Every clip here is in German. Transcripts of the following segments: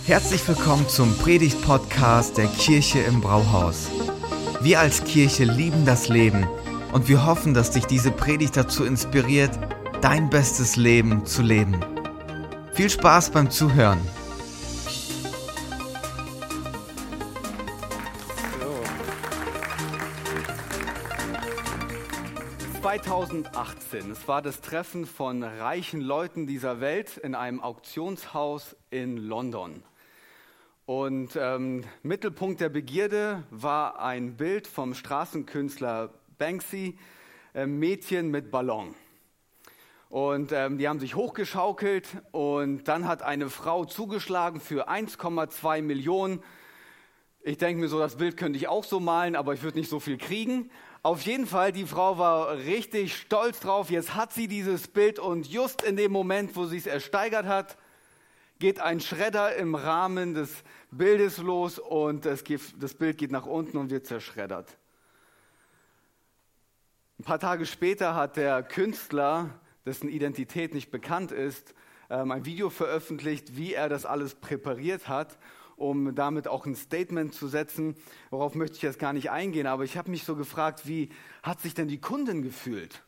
Herzlich willkommen zum Predigt-Podcast der Kirche im Brauhaus. Wir als Kirche lieben das Leben und wir hoffen, dass dich diese Predigt dazu inspiriert, dein bestes Leben zu leben. Viel Spaß beim Zuhören. So. 2018, es war das Treffen von reichen Leuten dieser Welt in einem Auktionshaus in London. Und Mittelpunkt der Begierde war ein Bild vom Straßenkünstler Banksy, Mädchen mit Ballon. Und die haben sich hochgeschaukelt und dann hat eine Frau zugeschlagen für 1,2 Millionen. Ich denke mir so, das Bild könnte ich auch so malen, aber ich würde nicht so viel kriegen. Auf jeden Fall, die Frau war richtig stolz drauf. Jetzt hat sie dieses Bild und just in dem Moment, wo sie es ersteigert hat, geht ein Schredder im Rahmen des Bildes los und das Bild geht nach unten und wird zerschreddert. Ein paar Tage später hat der Künstler, dessen Identität nicht bekannt ist, ein Video veröffentlicht, wie er das alles präpariert hat, um damit auch ein Statement zu setzen. Worauf möchte ich jetzt gar nicht eingehen, aber ich habe mich so gefragt, wie hat sich denn die Kundin gefühlt?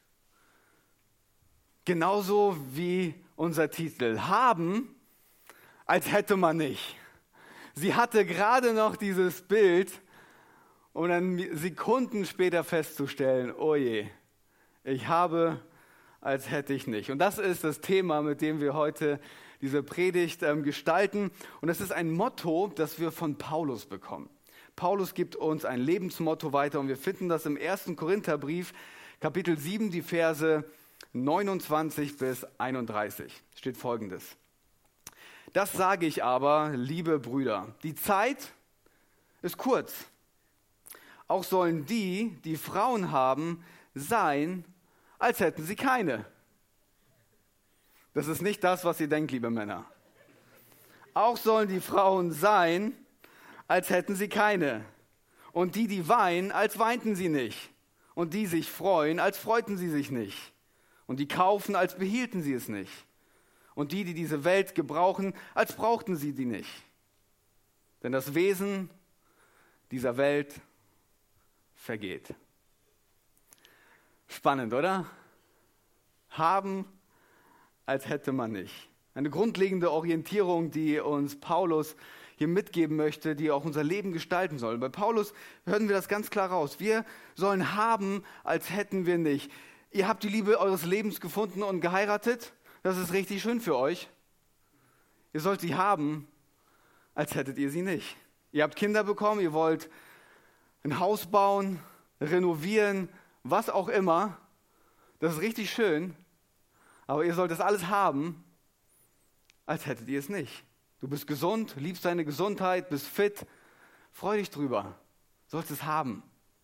Genauso wie unser Titel, haben, als hätte man nicht. Sie hatte gerade noch dieses Bild, um dann Sekunden später festzustellen, oh je, ich habe, als hätte ich nicht. Und das ist das Thema, mit dem wir heute diese Predigt gestalten. Und das ist ein Motto, das wir von Paulus bekommen. Paulus gibt uns ein Lebensmotto weiter und wir finden das im 1. Korintherbrief, Kapitel 7, die Verse 29 bis 31. Steht Folgendes. Das sage ich aber, liebe Brüder, die Zeit ist kurz. Auch sollen die, die Frauen haben, sein, als hätten sie keine. Das ist nicht das, was ihr denkt, liebe Männer. Auch sollen die Frauen sein, als hätten sie keine. Und die, die weinen, als weinten sie nicht. Und die sich freuen, als freuten sie sich nicht. Und die kaufen, als behielten sie es nicht. Und die, die diese Welt gebrauchen, als brauchten sie die nicht. Denn das Wesen dieser Welt vergeht. Spannend, oder? Haben, als hätte man nicht. Eine grundlegende Orientierung, die uns Paulus hier mitgeben möchte, die auch unser Leben gestalten soll. Bei Paulus hören wir das ganz klar raus. Wir sollen haben, als hätten wir nicht. Ihr habt die Liebe eures Lebens gefunden und geheiratet. Das ist richtig schön für euch. Ihr sollt sie haben, als hättet ihr sie nicht. Ihr habt Kinder bekommen, ihr wollt ein Haus bauen, renovieren, was auch immer. Das ist richtig schön, aber ihr sollt das alles haben, als hättet ihr es nicht. Du bist gesund, liebst deine Gesundheit, bist fit, freu dich drüber. Sollst es haben,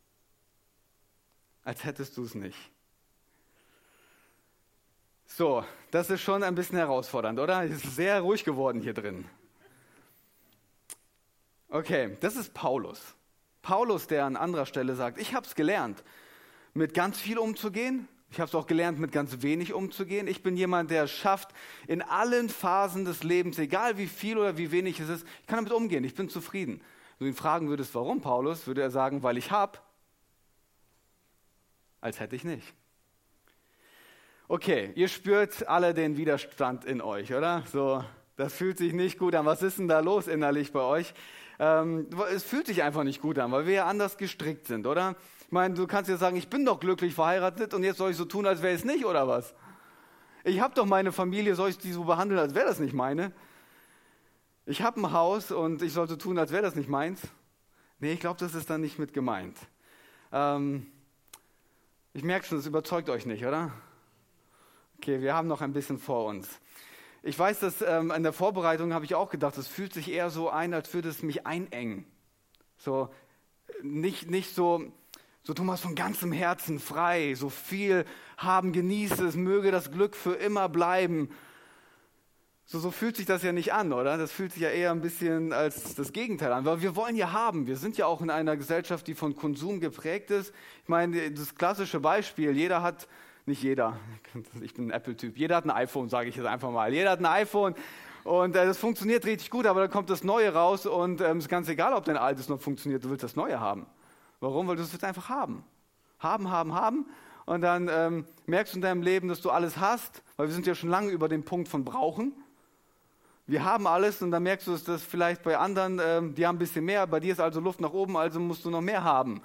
als hättest du es nicht. So, das ist schon ein bisschen herausfordernd, oder? Es ist sehr ruhig geworden hier drin. Okay, das ist Paulus. Paulus, der an anderer Stelle sagt, ich habe es gelernt, mit ganz viel umzugehen. Ich habe es auch gelernt, mit ganz wenig umzugehen. Ich bin jemand, der es schafft, in allen Phasen des Lebens, egal wie viel oder wie wenig es ist, ich kann damit umgehen, ich bin zufrieden. Wenn du ihn fragen würdest, warum, Paulus, würde er sagen, weil ich habe, als hätte ich nicht. Okay, ihr spürt alle den Widerstand in euch, oder? So, das fühlt sich nicht gut an. Was ist denn da los innerlich bei euch? Es fühlt sich einfach nicht gut an, weil wir ja anders gestrickt sind, oder? Ich meine, du kannst ja sagen, ich bin doch glücklich verheiratet und jetzt soll ich so tun, als wäre es nicht, oder was? Ich habe doch meine Familie, soll ich die so behandeln, als wäre das nicht meine? Ich habe ein Haus und ich soll so tun, als wäre das nicht meins? Nee, ich glaube, das ist dann nicht mit gemeint. Ich merke schon, das überzeugt euch nicht, oder? Okay, wir haben noch ein bisschen vor uns. Ich weiß, dass in der Vorbereitung habe ich auch gedacht, es fühlt sich eher so ein, als würde es mich einengen. So, nicht so Thomas, von ganzem Herzen frei, so viel haben, genieße es, möge das Glück für immer bleiben. So fühlt sich das ja nicht an, oder? Das fühlt sich ja eher ein bisschen als das Gegenteil an, weil wir wollen ja haben. Wir sind ja auch in einer Gesellschaft, die von Konsum geprägt ist. Ich meine, das klassische Beispiel, nicht jeder, ich bin ein Apple-Typ, jeder hat ein iPhone, sage ich jetzt einfach mal. Jeder hat ein iPhone Und das funktioniert richtig gut, aber dann kommt das Neue raus und es ist ganz egal, ob dein Altes noch funktioniert, du willst das Neue haben. Warum? Weil du es jetzt einfach haben. Haben. Und dann merkst du in deinem Leben, dass du alles hast, weil wir sind ja schon lange über den Punkt von brauchen. Wir haben alles und dann merkst du, dass das vielleicht bei anderen, die haben ein bisschen mehr, bei dir ist also Luft nach oben, also musst du noch mehr haben.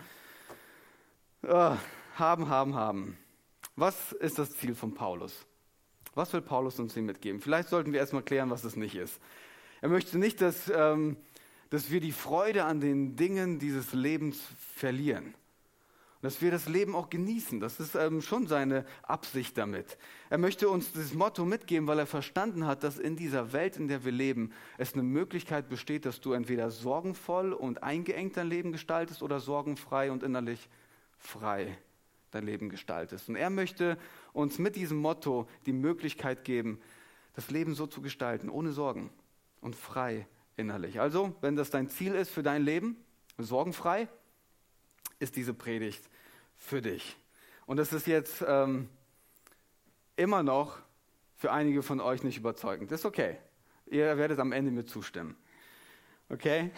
Haben. Was ist das Ziel von Paulus? Was will Paulus uns hier mitgeben? Vielleicht sollten wir erstmal klären, was es nicht ist. Er möchte nicht, dass wir die Freude an den Dingen dieses Lebens verlieren. Dass wir das Leben auch genießen. Das ist schon seine Absicht damit. Er möchte uns dieses Motto mitgeben, weil er verstanden hat, dass in dieser Welt, in der wir leben, es eine Möglichkeit besteht, dass du entweder sorgenvoll und eingeengt dein Leben gestaltest oder sorgenfrei und innerlich frei dein Leben gestaltest. Und er möchte uns mit diesem Motto die Möglichkeit geben, das Leben so zu gestalten, ohne Sorgen und frei innerlich. Also, wenn das dein Ziel ist für dein Leben, sorgenfrei, ist diese Predigt für dich. Und das ist jetzt immer noch für einige von euch nicht überzeugend. Das ist okay. Ihr werdet am Ende mir zustimmen. Okay?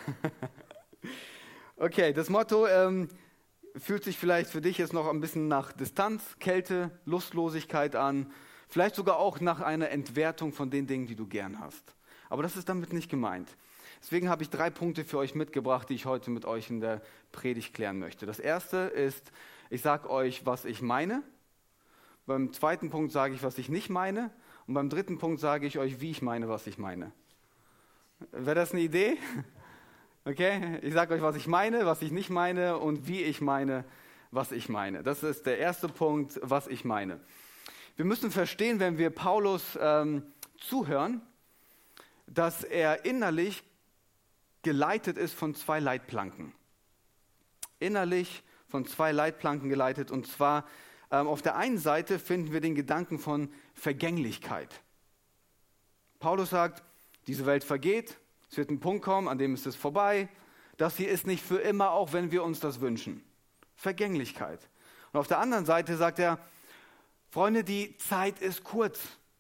Okay, das Motto fühlt sich vielleicht für dich jetzt noch ein bisschen nach Distanz, Kälte, Lustlosigkeit an. Vielleicht sogar auch nach einer Entwertung von den Dingen, die du gern hast. Aber das ist damit nicht gemeint. Deswegen habe ich 3 Punkte für euch mitgebracht, die ich heute mit euch in der Predigt klären möchte. Das erste ist, ich sage euch, was ich meine. Beim zweiten Punkt sage ich, was ich nicht meine. Und beim dritten Punkt sage ich euch, wie ich meine, was ich meine. Wäre das eine Idee? Okay, ich sage euch, was ich meine, was ich nicht meine und wie ich meine, was ich meine. Das ist der erste Punkt, was ich meine. Wir müssen verstehen, wenn wir Paulus zuhören, dass er innerlich geleitet ist von 2 Leitplanken. Innerlich von 2 Leitplanken geleitet. Und zwar auf der einen Seite finden wir den Gedanken von Vergänglichkeit. Paulus sagt, diese Welt vergeht, es wird ein Punkt kommen, an dem ist es vorbei. Das hier ist nicht für immer, auch wenn wir uns das wünschen. Vergänglichkeit. Und auf der anderen Seite sagt er, Freunde, die Zeit ist kurz.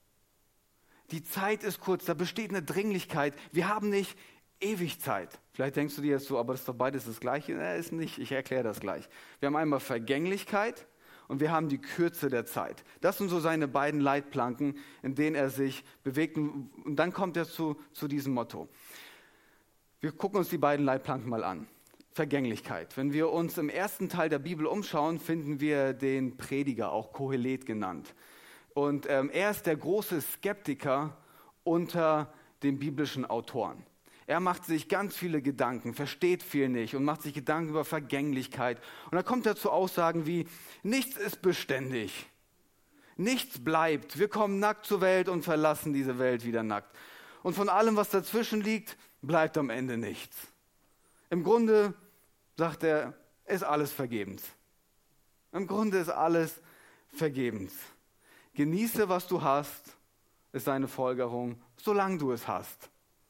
Die Zeit ist kurz, da besteht eine Dringlichkeit. Wir haben nicht ewig Zeit. Vielleicht denkst du dir jetzt so, aber das ist doch beides das Gleiche. Ist nicht, ich erkläre das gleich. Wir haben einmal Vergänglichkeit und wir haben die Kürze der Zeit. Das sind so seine beiden Leitplanken, in denen er sich bewegt. Und dann kommt er zu diesem Motto. Wir gucken uns die beiden Leitplanken mal an. Vergänglichkeit. Wenn wir uns im ersten Teil der Bibel umschauen, finden wir den Prediger, auch Kohelet genannt. Und er ist der große Skeptiker unter den biblischen Autoren. Er macht sich ganz viele Gedanken, versteht viel nicht und macht sich Gedanken über Vergänglichkeit. Und dann kommt er zu Aussagen wie, nichts ist beständig, nichts bleibt. Wir kommen nackt zur Welt und verlassen diese Welt wieder nackt. Und von allem, was dazwischen liegt, bleibt am Ende nichts. Im Grunde, sagt er, ist alles vergebens. Im Grunde ist alles vergebens. Genieße, was du hast, ist seine Folgerung, solange du es hast.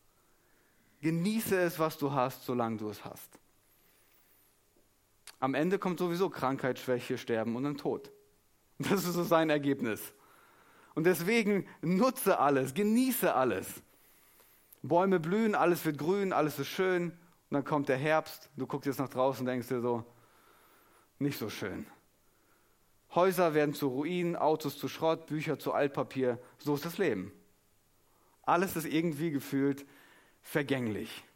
Genieße es, was du hast, solange du es hast. Am Ende kommt sowieso Krankheit, Schwäche, Sterben und dann Tod. Das ist so sein Ergebnis. Und deswegen nutze alles, genieße alles. Bäume blühen, alles wird grün, alles ist schön. Und dann kommt der Herbst, du guckst jetzt nach draußen und denkst dir so, nicht so schön. Häuser werden zu Ruinen, Autos zu Schrott, Bücher zu Altpapier. So ist das Leben. Alles ist irgendwie gefühlt vergänglich.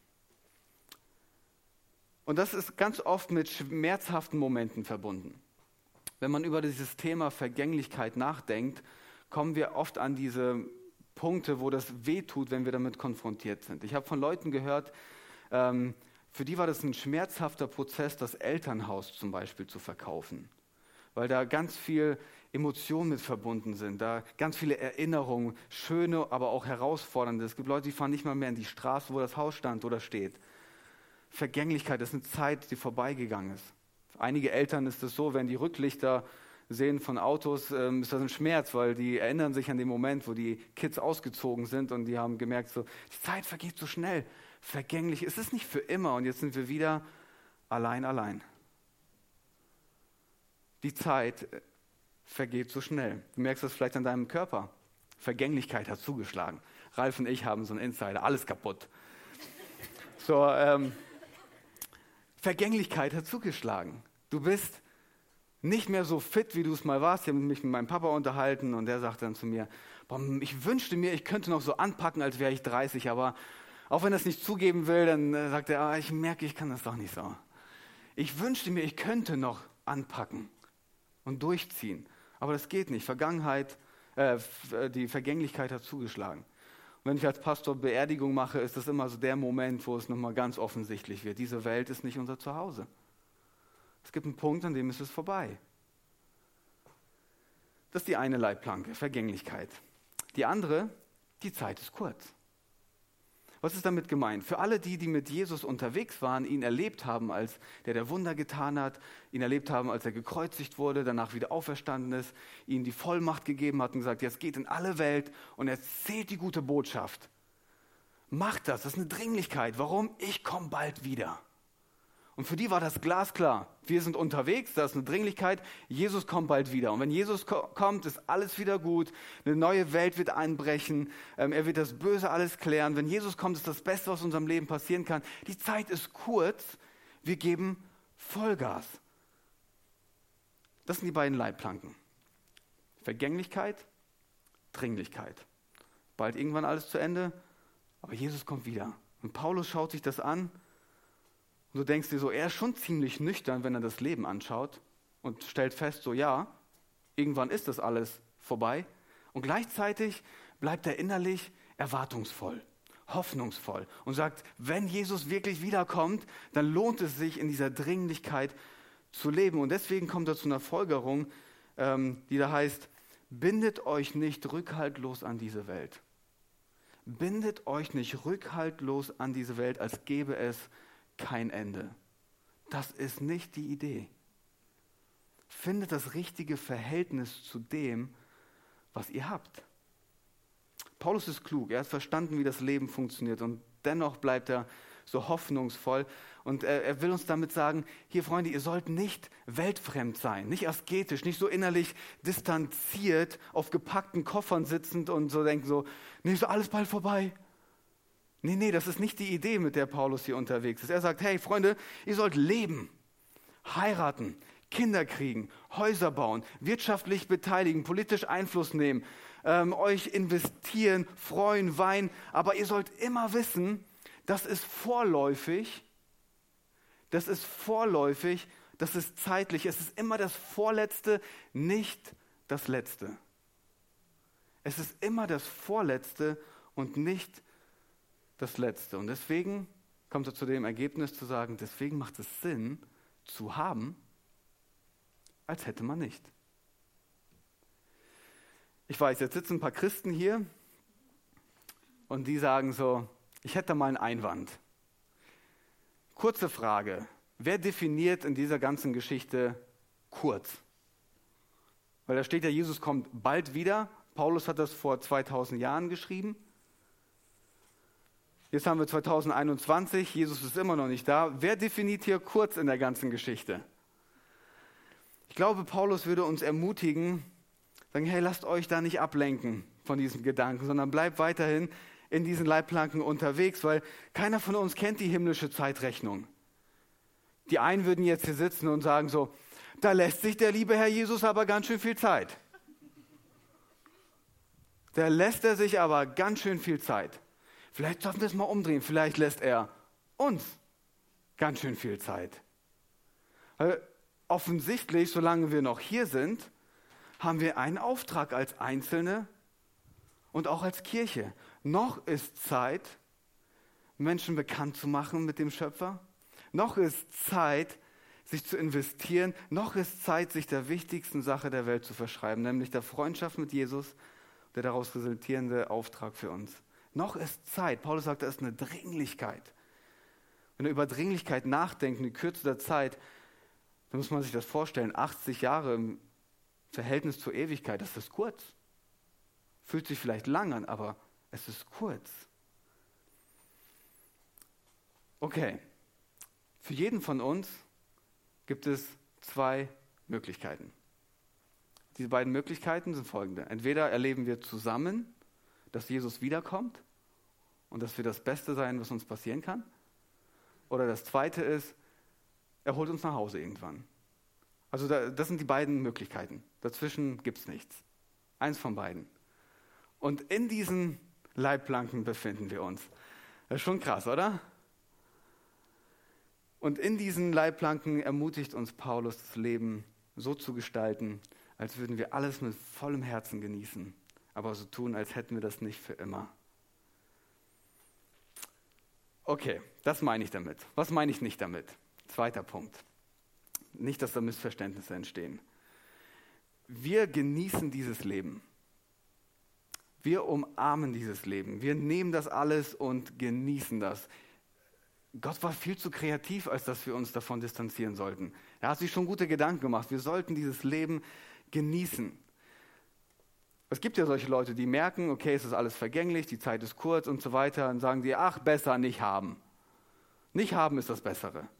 Und das ist ganz oft mit schmerzhaften Momenten verbunden. Wenn man über dieses Thema Vergänglichkeit nachdenkt, kommen wir oft an diese Punkte, wo das wehtut, wenn wir damit konfrontiert sind. Ich habe von Leuten gehört, für die war das ein schmerzhafter Prozess, das Elternhaus zum Beispiel zu verkaufen. Weil da ganz viel Emotionen mit verbunden sind, da ganz viele Erinnerungen, schöne, aber auch herausfordernde. Es gibt Leute, die fahren nicht mal mehr in die Straße, wo das Haus stand oder steht. Vergänglichkeit, das ist eine Zeit, die vorbeigegangen ist. Für einige Eltern ist es so, wenn die Rücklichter sehen von Autos, ist das ein Schmerz, weil die erinnern sich an den Moment, wo die Kids ausgezogen sind und die haben gemerkt, so, die Zeit vergeht so schnell, vergänglich. Es ist nicht für immer und jetzt sind wir wieder allein. Die Zeit vergeht so schnell. Du merkst das vielleicht an deinem Körper. Vergänglichkeit hat zugeschlagen. Ralf und ich haben so einen Insider, alles kaputt. So, Vergänglichkeit hat zugeschlagen. Du bist nicht mehr so fit, wie du es mal warst. Ich habe mich mit meinem Papa unterhalten und der sagte dann zu mir, boah, ich wünschte mir, ich könnte noch so anpacken, als wäre ich 30, aber auch wenn er es nicht zugeben will, dann sagt er, ich merke, ich kann das doch nicht so. Ich wünschte mir, ich könnte noch anpacken und durchziehen, aber das geht nicht. Die Vergänglichkeit hat zugeschlagen. Und wenn ich als Pastor Beerdigung mache, ist das immer so der Moment, wo es nochmal ganz offensichtlich wird. Diese Welt ist nicht unser Zuhause. Es gibt einen Punkt, an dem ist es vorbei. Das ist die eine Leitplanke, Vergänglichkeit. Die andere, die Zeit ist kurz. Was ist damit gemeint? Für alle die mit Jesus unterwegs waren, ihn erlebt haben, als der Wunder getan hat, ihn erlebt haben, als er gekreuzigt wurde, danach wieder auferstanden ist, ihnen die Vollmacht gegeben hat und gesagt, jetzt geht in alle Welt und erzählt die gute Botschaft. Macht das ist eine Dringlichkeit. Warum? Ich komme bald wieder. Und für die war das glasklar. Wir sind unterwegs, da ist eine Dringlichkeit, Jesus kommt bald wieder. Und wenn Jesus kommt, ist alles wieder gut, eine neue Welt wird einbrechen, er wird das Böse alles klären. Wenn Jesus kommt, ist das Beste, was in unserem Leben passieren kann. Die Zeit ist kurz, wir geben Vollgas. Das sind die beiden Leitplanken. Vergänglichkeit, Dringlichkeit. Bald irgendwann alles zu Ende, aber Jesus kommt wieder. Und Paulus schaut sich das an. Und du denkst dir so, er ist schon ziemlich nüchtern, wenn er das Leben anschaut und stellt fest, so ja, irgendwann ist das alles vorbei. Und gleichzeitig bleibt er innerlich erwartungsvoll, hoffnungsvoll und sagt, wenn Jesus wirklich wiederkommt, dann lohnt es sich, in dieser Dringlichkeit zu leben. Und deswegen kommt er zu einer Folgerung, die da heißt, bindet euch nicht rückhaltlos an diese Welt. Bindet euch nicht rückhaltlos an diese Welt, als gäbe es kein Ende. Das ist nicht die Idee. Findet das richtige Verhältnis zu dem, was ihr habt. Paulus ist klug, er hat verstanden, wie das Leben funktioniert und dennoch bleibt er so hoffnungsvoll und er will uns damit sagen, hier Freunde, ihr sollt nicht weltfremd sein, nicht asketisch, nicht so innerlich distanziert, auf gepackten Koffern sitzend und so denken so, nee, ist alles bald vorbei. Nee, das ist nicht die Idee, mit der Paulus hier unterwegs ist. Er sagt, hey Freunde, ihr sollt leben, heiraten, Kinder kriegen, Häuser bauen, wirtschaftlich beteiligen, politisch Einfluss nehmen, euch investieren, freuen, weinen. Aber ihr sollt immer wissen, das ist vorläufig, das ist zeitlich, es ist immer das Vorletzte, nicht das Letzte. Es ist immer das Vorletzte und nicht das Letzte. Und deswegen kommt er zu dem Ergebnis zu sagen, deswegen macht es Sinn, zu haben, als hätte man nicht. Ich weiß, jetzt sitzen ein paar Christen hier und die sagen so, ich hätte mal einen Einwand. Kurze Frage, wer definiert in dieser ganzen Geschichte kurz? Weil da steht ja, Jesus kommt bald wieder. Paulus hat das vor 2000 Jahren geschrieben. Jetzt haben wir 2021, Jesus ist immer noch nicht da. Wer definiert hier kurz in der ganzen Geschichte? Ich glaube, Paulus würde uns ermutigen, sagen, hey, lasst euch da nicht ablenken von diesen Gedanken, sondern bleibt weiterhin in diesen Leitplanken unterwegs, weil keiner von uns kennt die himmlische Zeitrechnung. Die einen würden jetzt hier sitzen und sagen so, da lässt sich der liebe Herr Jesus aber ganz schön viel Zeit. Da lässt er sich aber ganz schön viel Zeit. Vielleicht sollten wir es mal umdrehen. Vielleicht lässt er uns ganz schön viel Zeit. Weil offensichtlich, solange wir noch hier sind, haben wir einen Auftrag als Einzelne und auch als Kirche. Noch ist Zeit, Menschen bekannt zu machen mit dem Schöpfer. Noch ist Zeit, sich zu investieren. Noch ist Zeit, sich der wichtigsten Sache der Welt zu verschreiben, nämlich der Freundschaft mit Jesus, der daraus resultierende Auftrag für uns. Noch ist Zeit. Paulus sagt, da ist eine Dringlichkeit. Wenn er über Dringlichkeit nachdenkt, in die Kürze der Zeit, dann muss man sich das vorstellen, 80 Jahre im Verhältnis zur Ewigkeit, das ist kurz. Fühlt sich vielleicht lang an, aber es ist kurz. Okay, für jeden von uns gibt es zwei Möglichkeiten. Diese beiden Möglichkeiten sind folgende. Entweder erleben wir zusammen, dass Jesus wiederkommt und dass wir das Beste sein, was uns passieren kann. Oder das Zweite ist, er holt uns nach Hause irgendwann. Also das sind die beiden Möglichkeiten. Dazwischen gibt es nichts. Eins von beiden. Und in diesen Leitplanken befinden wir uns. Das ist schon krass, oder? Und in diesen Leitplanken ermutigt uns Paulus, das Leben so zu gestalten, als würden wir alles mit vollem Herzen genießen, aber so tun, als hätten wir das nicht für immer. Okay, das meine ich damit. Was meine ich nicht damit? Zweiter Punkt. Nicht, dass da Missverständnisse entstehen. Wir genießen dieses Leben. Wir umarmen dieses Leben. Wir nehmen das alles und genießen das. Gott war viel zu kreativ, als dass wir uns davon distanzieren sollten. Er hat sich schon gute Gedanken gemacht. Wir sollten dieses Leben genießen. Es gibt ja solche Leute, die merken, okay, es ist alles vergänglich, die Zeit ist kurz und so weiter. Und sagen sie, ach, besser nicht haben. Nicht haben ist das Bessere.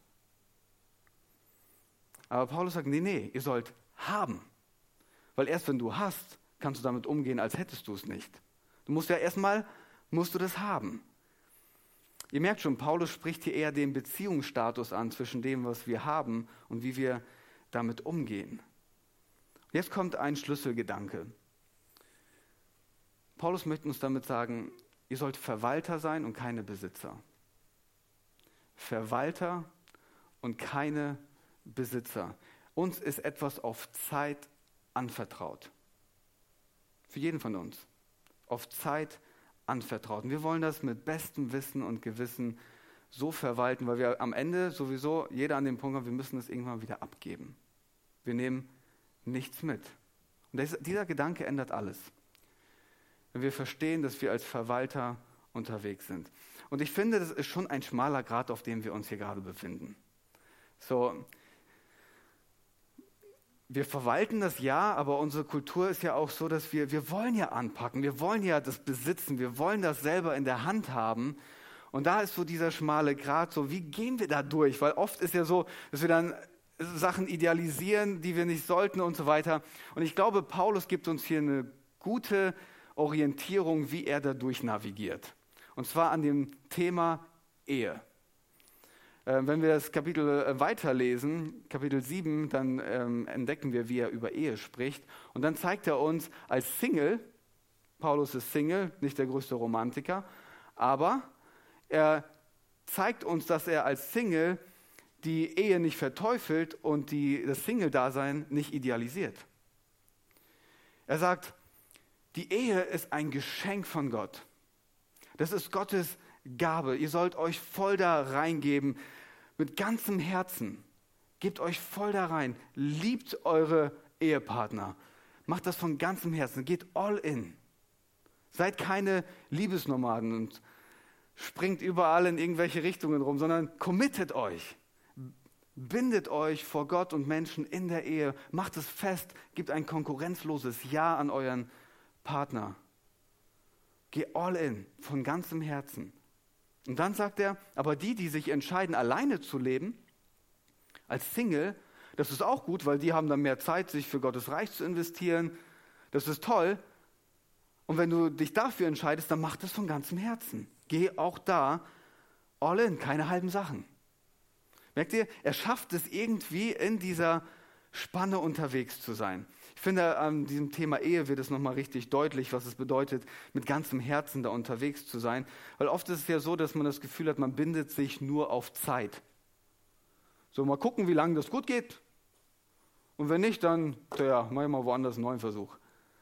Aber Paulus sagt, nee, ihr sollt haben. Weil erst wenn du hast, kannst du damit umgehen, als hättest du es nicht. Du musst du das haben. Ihr merkt schon, Paulus spricht hier eher den Beziehungsstatus an zwischen dem, was wir haben und wie wir damit umgehen. Jetzt kommt ein Schlüsselgedanke. Paulus möchte uns damit sagen, ihr sollt Verwalter sein und keine Besitzer. Verwalter und keine Besitzer. Uns ist etwas auf Zeit anvertraut. Für jeden von uns. Auf Zeit anvertraut. Und wir wollen das mit bestem Wissen und Gewissen so verwalten, weil wir am Ende sowieso jeder an dem Punkt haben, wir müssen das irgendwann wieder abgeben. Wir nehmen nichts mit. Und dieser Gedanke ändert alles. Wenn wir verstehen, dass wir als Verwalter unterwegs sind. Und ich finde, das ist schon ein schmaler Grat, auf dem wir uns hier gerade befinden. So, wir verwalten das ja, aber unsere Kultur ist ja auch so, dass wir wollen ja anpacken, wir wollen ja das besitzen, wir wollen das selber in der Hand haben. Und da ist so dieser schmale Grat, so wie gehen wir da durch? Weil oft ist ja so, dass wir dann Sachen idealisieren, die wir nicht sollten und so weiter. Und ich glaube, Paulus gibt uns hier eine gute Orientierung, wie er da durch navigiert. Und zwar an dem Thema Ehe. Wenn wir das Kapitel weiterlesen, Kapitel 7, dann entdecken wir, wie er über Ehe spricht. Und dann zeigt er uns als Single, Paulus ist Single, nicht der größte Romantiker, aber er zeigt uns, dass er als Single die Ehe nicht verteufelt und das Single-Dasein nicht idealisiert. Er sagt, die Ehe ist ein Geschenk von Gott. Das ist Gottes Gabe. Ihr sollt euch voll da reingeben, mit ganzem Herzen. Gebt euch voll da rein. Liebt eure Ehepartner. Macht das von ganzem Herzen. Geht all in. Seid keine Liebesnomaden und springt überall in irgendwelche Richtungen rum, sondern committet euch. Bindet euch vor Gott und Menschen in der Ehe. Macht es fest. Gebt ein konkurrenzloses Ja an euren Partner. Geh all in, von ganzem Herzen. Und dann sagt er, aber die sich entscheiden, alleine zu leben, als Single, das ist auch gut, weil die haben dann mehr Zeit, sich für Gottes Reich zu investieren. Das ist toll. Und wenn du dich dafür entscheidest, dann mach das von ganzem Herzen. Geh auch da all in, keine halben Sachen. Merkt ihr, er schafft es irgendwie in dieser Spanne unterwegs zu sein. Ich finde, an diesem Thema Ehe wird es nochmal richtig deutlich, was es bedeutet, mit ganzem Herzen da unterwegs zu sein. Weil oft ist es ja so, dass man das Gefühl hat, man bindet sich nur auf Zeit. So, mal gucken, wie lange das gut geht. Und wenn nicht, dann, mach ich mal woanders einen neuen Versuch.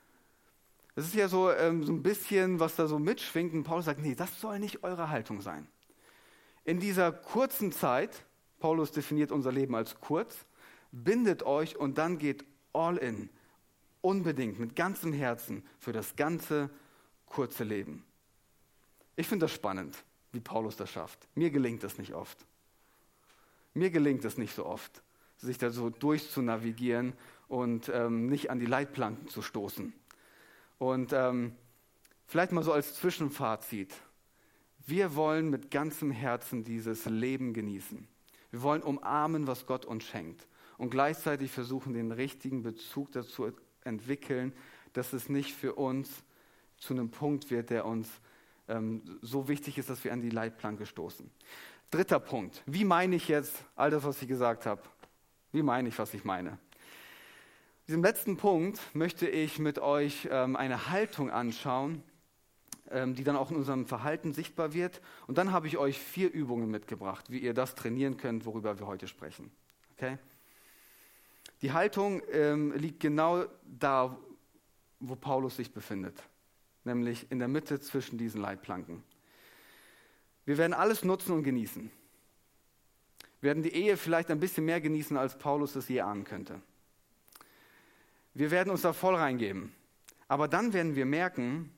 Es ist ja so ein bisschen, was da so mitschwingt. Und Paulus sagt, nee, das soll nicht eure Haltung sein. In dieser kurzen Zeit, Paulus definiert unser Leben als kurz, bindet euch und dann geht all in. Unbedingt, mit ganzem Herzen für das ganze kurze Leben. Ich finde das spannend, wie Paulus das schafft. Mir gelingt das nicht oft. Mir gelingt es nicht so oft, sich da so durchzunavigieren und nicht an die Leitplanken zu stoßen. Und vielleicht mal so als Zwischenfazit. Wir wollen mit ganzem Herzen dieses Leben genießen. Wir wollen umarmen, was Gott uns schenkt. Und gleichzeitig versuchen, den richtigen Bezug dazu entwickeln, dass es nicht für uns zu einem Punkt wird, der uns so wichtig ist, dass wir an die Leitplanke stoßen. 3. Punkt. Wie meine ich jetzt all das, was ich gesagt habe? Wie meine ich, was ich meine? In diesem letzten Punkt möchte ich mit euch eine Haltung anschauen, die dann auch in unserem Verhalten sichtbar wird. Und dann habe ich euch 4 Übungen mitgebracht, wie ihr das trainieren könnt, worüber wir heute sprechen. Okay? Die Haltung liegt genau da, wo Paulus sich befindet, nämlich in der Mitte zwischen diesen Leitplanken. Wir werden alles nutzen und genießen. Wir werden die Ehe vielleicht ein bisschen mehr genießen, als Paulus es je ahnen könnte. Wir werden uns da voll reingeben. Aber dann werden wir merken,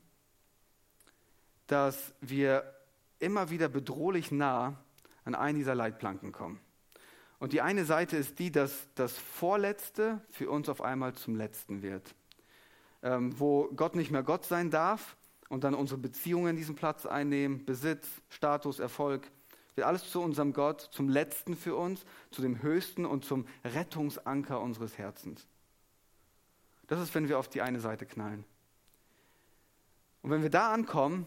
dass wir immer wieder bedrohlich nah an einen dieser Leitplanken kommen. Und die eine Seite ist die, dass das Vorletzte für uns auf einmal zum Letzten wird. Wo Gott nicht mehr Gott sein darf und dann unsere Beziehungen diesen Platz einnehmen, Besitz, Status, Erfolg, wird alles zu unserem Gott, zum Letzten für uns, zu dem Höchsten und zum Rettungsanker unseres Herzens. Das ist, wenn wir auf die eine Seite knallen. Und wenn wir da ankommen,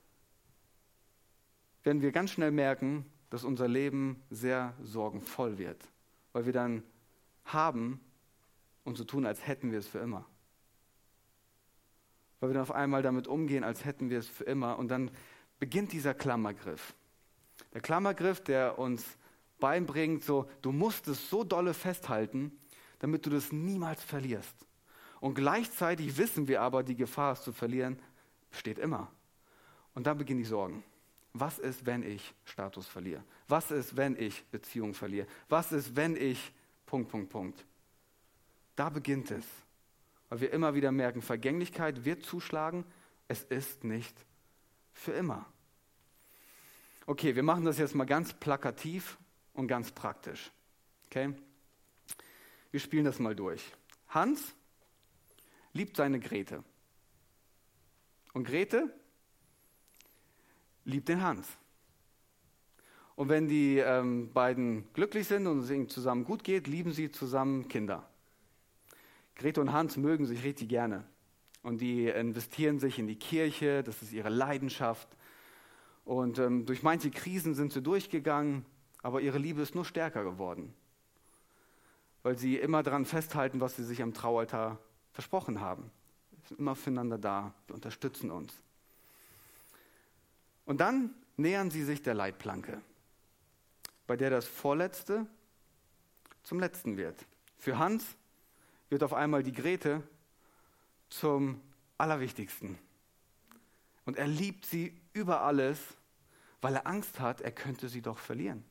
werden wir ganz schnell merken, dass unser Leben sehr sorgenvoll wird, weil wir dann haben und so tun, als hätten wir es für immer. Weil wir dann auf einmal damit umgehen, als hätten wir es für immer. Und dann beginnt dieser Klammergriff. Der Klammergriff, der uns beibringt, so, du musst es so dolle festhalten, damit du das niemals verlierst. Und gleichzeitig wissen wir aber, die Gefahr, es zu verlieren, besteht immer. Und dann beginnen die Sorgen. Was ist, wenn ich Status verliere? Was ist, wenn ich Beziehung verliere? Was ist, wenn ich... ... Da beginnt es. Weil wir immer wieder merken, Vergänglichkeit wird zuschlagen, es ist nicht für immer. Okay, wir machen das jetzt mal ganz plakativ und ganz praktisch. Okay? Wir spielen das mal durch. Hans liebt seine Grete. Und Grete liebt den Hans. Und wenn die beiden glücklich sind und es ihnen zusammen gut geht, lieben sie zusammen Kinder. Grete und Hans mögen sich richtig gerne. Und die investieren sich in die Kirche, das ist ihre Leidenschaft. Und durch manche Krisen sind sie durchgegangen, aber ihre Liebe ist nur stärker geworden. Weil sie immer daran festhalten, was sie sich am Traualtar versprochen haben. Sie sind immer füreinander da, wir unterstützen uns. Und dann nähern sie sich der Leitplanke, bei der das Vorletzte zum Letzten wird. Für Hans wird auf einmal die Grete zum Allerwichtigsten. Und er liebt sie über alles, weil er Angst hat, er könnte sie doch verlieren.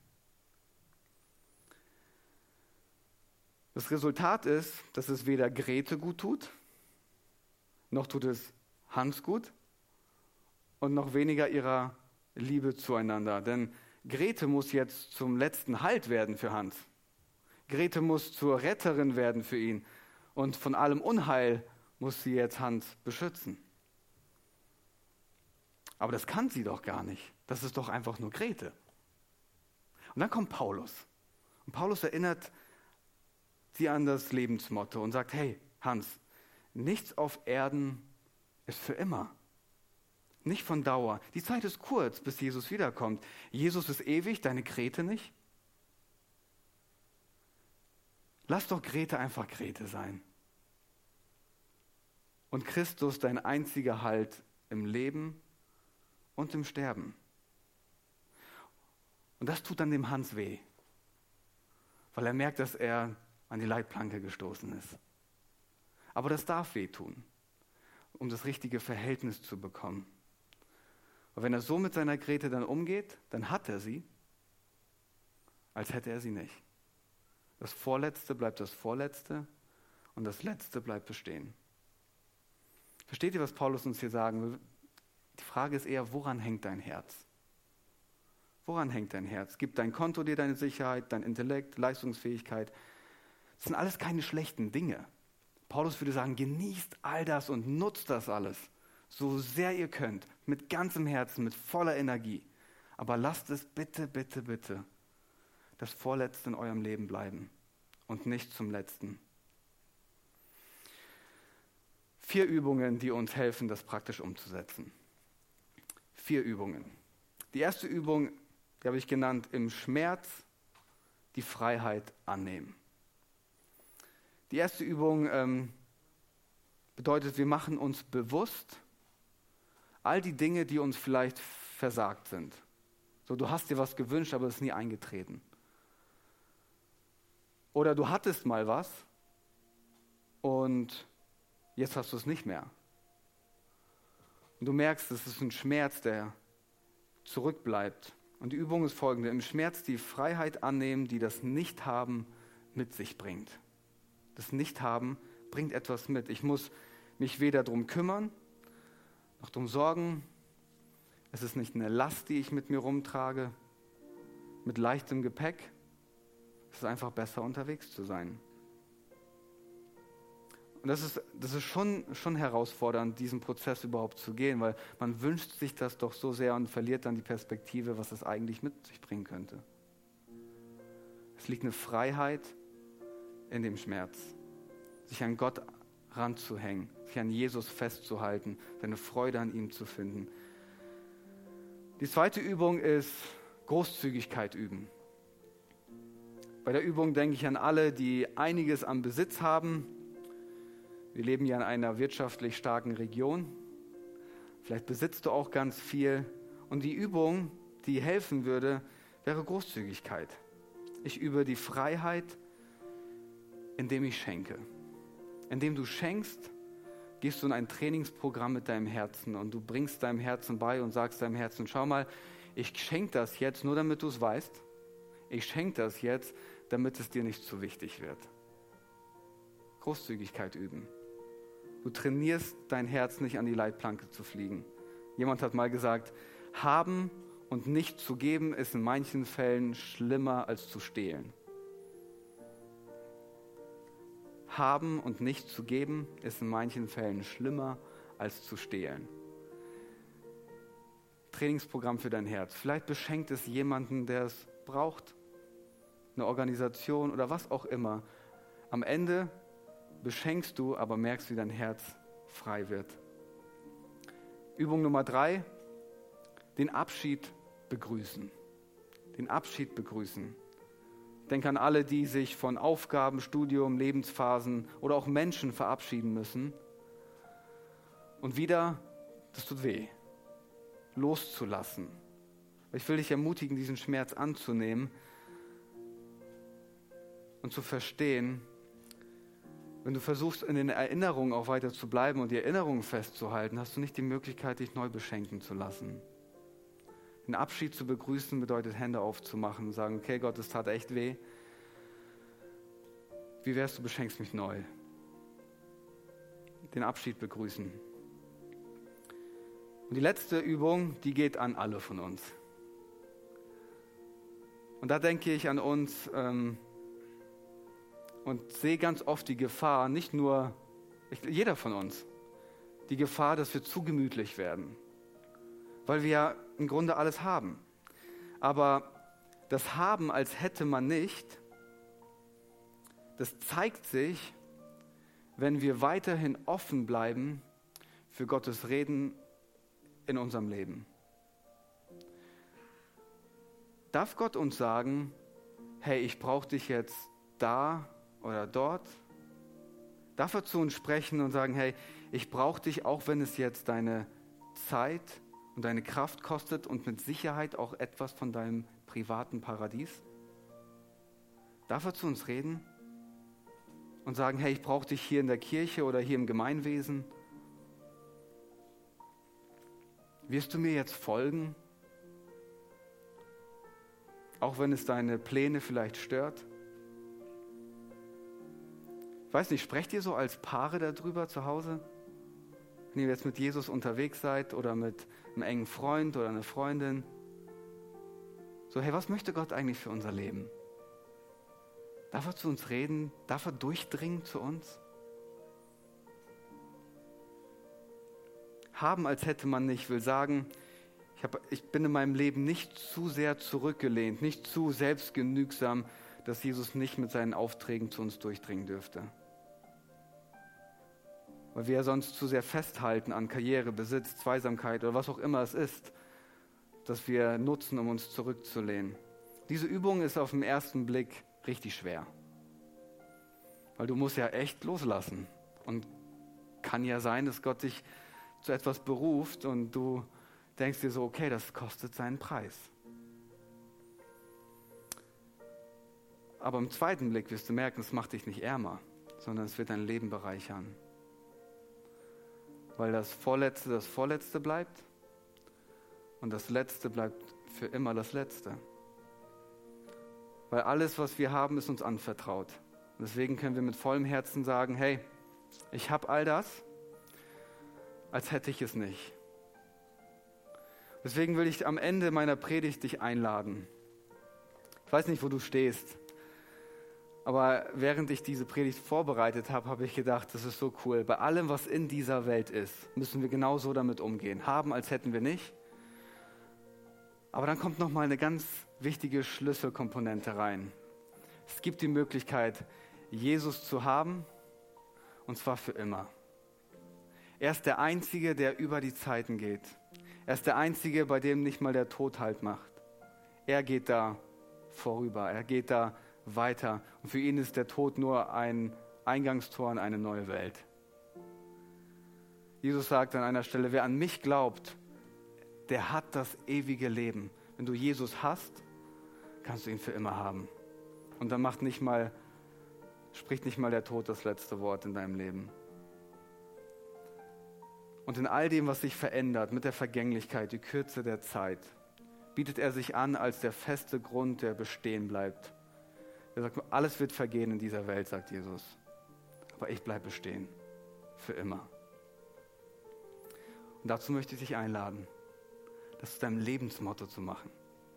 Das Resultat ist, dass es weder Grete gut tut, noch tut es Hans gut und noch weniger ihrer Liebe zueinander. Denn Grete muss jetzt zum letzten Halt werden für Hans. Grete muss zur Retterin werden für ihn. Und von allem Unheil muss sie jetzt Hans beschützen. Aber das kann sie doch gar nicht. Das ist doch einfach nur Grete. Und dann kommt Paulus. Und Paulus erinnert sie an das Lebensmotto und sagt, hey Hans, nichts auf Erden ist für immer. Nicht von Dauer. Die Zeit ist kurz, bis Jesus wiederkommt. Jesus ist ewig, deine Grete nicht. Lass doch Grete einfach Grete sein. Und Christus dein einziger Halt im Leben und im Sterben. Und das tut dann dem Hans weh, weil er merkt, dass er an die Leitplanke gestoßen ist. Aber das darf wehtun, um das richtige Verhältnis zu bekommen. Und wenn er so mit seiner Grete dann umgeht, dann hat er sie, als hätte er sie nicht. Das Vorletzte bleibt das Vorletzte und das Letzte bleibt bestehen. Versteht ihr, was Paulus uns hier sagen will? Die Frage ist eher, woran hängt dein Herz? Woran hängt dein Herz? Gibt dein Konto dir deine Sicherheit, dein Intellekt, Leistungsfähigkeit? Das sind alles keine schlechten Dinge. Paulus würde sagen, genießt all das und nutzt das alles, so sehr ihr könnt, mit ganzem Herzen, mit voller Energie. Aber lasst es bitte, bitte, bitte das Vorletzte in eurem Leben bleiben und nicht zum Letzten. 4 Übungen, die uns helfen, das praktisch umzusetzen. 4 Übungen. Die erste Übung, die habe ich genannt, im Schmerz die Freiheit annehmen. Die erste Übung bedeutet, wir machen uns bewusst all die Dinge, die uns vielleicht versagt sind. So, du hast dir was gewünscht, aber es ist nie eingetreten. Oder du hattest mal was und jetzt hast du es nicht mehr. Und du merkst, es ist ein Schmerz, der zurückbleibt. Und die Übung ist folgende: Im Schmerz die Freiheit annehmen, die das Nichthaben mit sich bringt. Das Nichthaben bringt etwas mit. Ich muss mich weder darum kümmern, noch darum sorgen. Es ist nicht eine Last, die ich mit mir rumtrage, mit leichtem Gepäck. Es ist einfach besser, unterwegs zu sein. Und das ist schon herausfordernd, diesen Prozess überhaupt zu gehen, weil man wünscht sich das doch so sehr und verliert dann die Perspektive, was es eigentlich mit sich bringen könnte. Es liegt eine Freiheit in dem Schmerz, sich an Gott ranzuhängen, sich an Jesus festzuhalten, seine Freude an ihm zu finden. Die zweite Übung ist Großzügigkeit üben. Bei der Übung denke ich an alle, die einiges an Besitz haben. Wir leben ja in einer wirtschaftlich starken Region. Vielleicht besitzt du auch ganz viel. Und die Übung, die helfen würde, wäre Großzügigkeit. Ich übe die Freiheit, indem ich schenke. Indem du schenkst, gehst du in ein Trainingsprogramm mit deinem Herzen und du bringst deinem Herzen bei und sagst deinem Herzen: Schau mal, ich schenke das jetzt nur, damit du es weißt. Ich schenke das jetzt, damit es dir nicht zu wichtig wird. Großzügigkeit üben. Du trainierst dein Herz, nicht an die Leitplanke zu fliegen. Jemand hat mal gesagt, haben und nicht zu geben ist in manchen Fällen schlimmer als zu stehlen. Haben und nicht zu geben ist in manchen Fällen schlimmer als zu stehlen. Trainingsprogramm für dein Herz. Vielleicht beschenkt es jemanden, der es braucht, eine Organisation oder was auch immer. Am Ende beschenkst du, aber merkst, wie dein Herz frei wird. Übung Nummer 3, den Abschied begrüßen. Den Abschied begrüßen. Denk an alle, die sich von Aufgaben, Studium, Lebensphasen oder auch Menschen verabschieden müssen. Und wieder, das tut weh, loszulassen. Ich will dich ermutigen, diesen Schmerz anzunehmen und zu verstehen, wenn du versuchst, in den Erinnerungen auch weiter zu bleiben und die Erinnerungen festzuhalten, hast du nicht die Möglichkeit, dich neu beschenken zu lassen. Den Abschied zu begrüßen bedeutet, Hände aufzumachen und sagen: Okay, Gott, es tat echt weh. Wie wär's, du beschenkst mich neu? Den Abschied begrüßen. Und die letzte Übung, die geht an alle von uns. Und da denke ich an uns und sehe ganz oft die Gefahr, nicht nur, jeder von uns, die Gefahr, dass wir zu gemütlich werden. Weil wir ja im Grunde alles haben. Aber das Haben, als hätte man nicht, das zeigt sich, wenn wir weiterhin offen bleiben für Gottes Reden in unserem Leben. Darf Gott uns sagen: Hey, ich brauche dich jetzt da oder dort? Darf er zu uns sprechen und sagen: Hey, ich brauche dich, auch wenn es jetzt deine Zeit und deine Kraft kostet und mit Sicherheit auch etwas von deinem privaten Paradies? Darf er zu uns reden und sagen: Hey, ich brauche dich hier in der Kirche oder hier im Gemeinwesen? Wirst du mir jetzt folgen? Auch wenn es deine Pläne vielleicht stört? Ich weiß nicht, sprecht ihr so als Paare darüber zu Hause? Wenn ihr jetzt mit Jesus unterwegs seid oder mit einem engen Freund oder einer Freundin. So, hey, was möchte Gott eigentlich für unser Leben? Darf er zu uns reden? Darf er durchdringen zu uns? Haben, als hätte man nicht, will sagen, ich bin in meinem Leben nicht zu sehr zurückgelehnt, nicht zu selbstgenügsam, dass Jesus nicht mit seinen Aufträgen zu uns durchdringen dürfte. weil wir ja sonst zu sehr festhalten an Karriere, Besitz, Zweisamkeit oder was auch immer es ist, das wir nutzen, um uns zurückzulehnen. Diese Übung ist auf den ersten Blick richtig schwer, weil du musst ja echt loslassen und kann ja sein, dass Gott dich zu etwas beruft und du denkst dir so, okay, das kostet seinen Preis. Aber im zweiten Blick wirst du merken, es macht dich nicht ärmer, sondern es wird dein Leben bereichern. Weil das Vorletzte bleibt und das Letzte bleibt für immer das Letzte. Weil alles, was wir haben, ist uns anvertraut. Und deswegen können wir mit vollem Herzen sagen, hey, ich habe all das, als hätte ich es nicht. Deswegen will ich am Ende meiner Predigt dich einladen. Ich weiß nicht, wo du stehst. Aber während ich diese Predigt vorbereitet habe, habe ich gedacht, das ist so cool. Bei allem, was in dieser Welt ist, müssen wir genauso damit umgehen. Haben, als hätten wir nicht. Aber dann kommt nochmal eine ganz wichtige Schlüsselkomponente rein. Es gibt die Möglichkeit, Jesus zu haben, und zwar für immer. Er ist der Einzige, der über die Zeiten geht. Er ist der Einzige, bei dem nicht mal der Tod Halt macht. Er geht da vorüber, er geht da weiter. Und für ihn ist der Tod nur ein Eingangstor in eine neue Welt. Jesus sagt an einer Stelle, wer an mich glaubt, der hat das ewige Leben. Wenn du Jesus hast, kannst du ihn für immer haben. Und dann spricht nicht mal der Tod das letzte Wort in deinem Leben. Und in all dem, was sich verändert, mit der Vergänglichkeit, die Kürze der Zeit, bietet er sich an als der feste Grund, der bestehen bleibt. Er sagt, alles wird vergehen in dieser Welt, sagt Jesus. Aber ich bleibe bestehen. Für immer. Und dazu möchte ich dich einladen, das zu deinem Lebensmotto zu machen.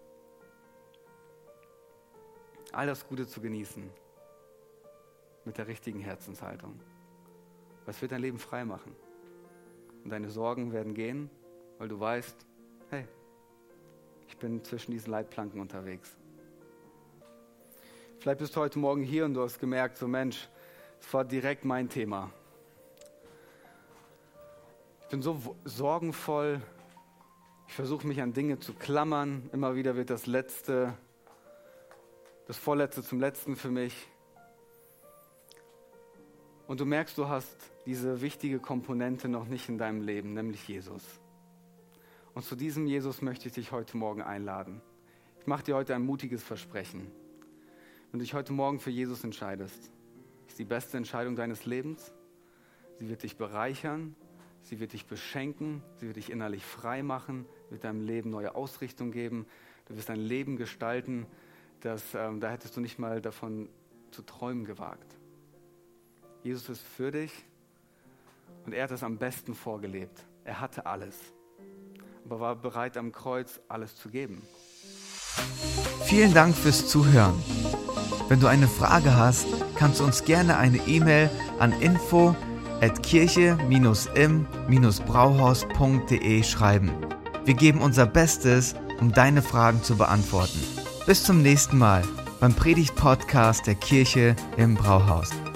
All das Gute zu genießen. Mit der richtigen Herzenshaltung. Weil es wird dein Leben frei machen. Und deine Sorgen werden gehen, weil du weißt, hey, ich bin zwischen diesen Leitplanken unterwegs. Vielleicht bist du heute Morgen hier und du hast gemerkt, so Mensch, das war direkt mein Thema. Ich bin so sorgenvoll, ich versuche mich an Dinge zu klammern, immer wieder wird das Vorletzte zum Letzten für mich. Und du merkst, du hast diese wichtige Komponente noch nicht in deinem Leben, nämlich Jesus. Und zu diesem Jesus möchte ich dich heute Morgen einladen. Ich mache dir heute ein mutiges Versprechen. Wenn du dich heute Morgen für Jesus entscheidest, ist die beste Entscheidung deines Lebens. Sie wird dich bereichern, sie wird dich beschenken, sie wird dich innerlich frei machen, wird deinem Leben neue Ausrichtung geben. Du wirst ein Leben gestalten, da hättest du nicht mal davon zu träumen gewagt. Jesus ist für dich und er hat es am besten vorgelebt. Er hatte alles, aber war bereit am Kreuz alles zu geben. Vielen Dank fürs Zuhören. Wenn du eine Frage hast, kannst du uns gerne eine E-Mail an info@kirche-im-brauhaus.de schreiben. Wir geben unser Bestes, um deine Fragen zu beantworten. Bis zum nächsten Mal beim Predigt-Podcast der Kirche im Brauhaus.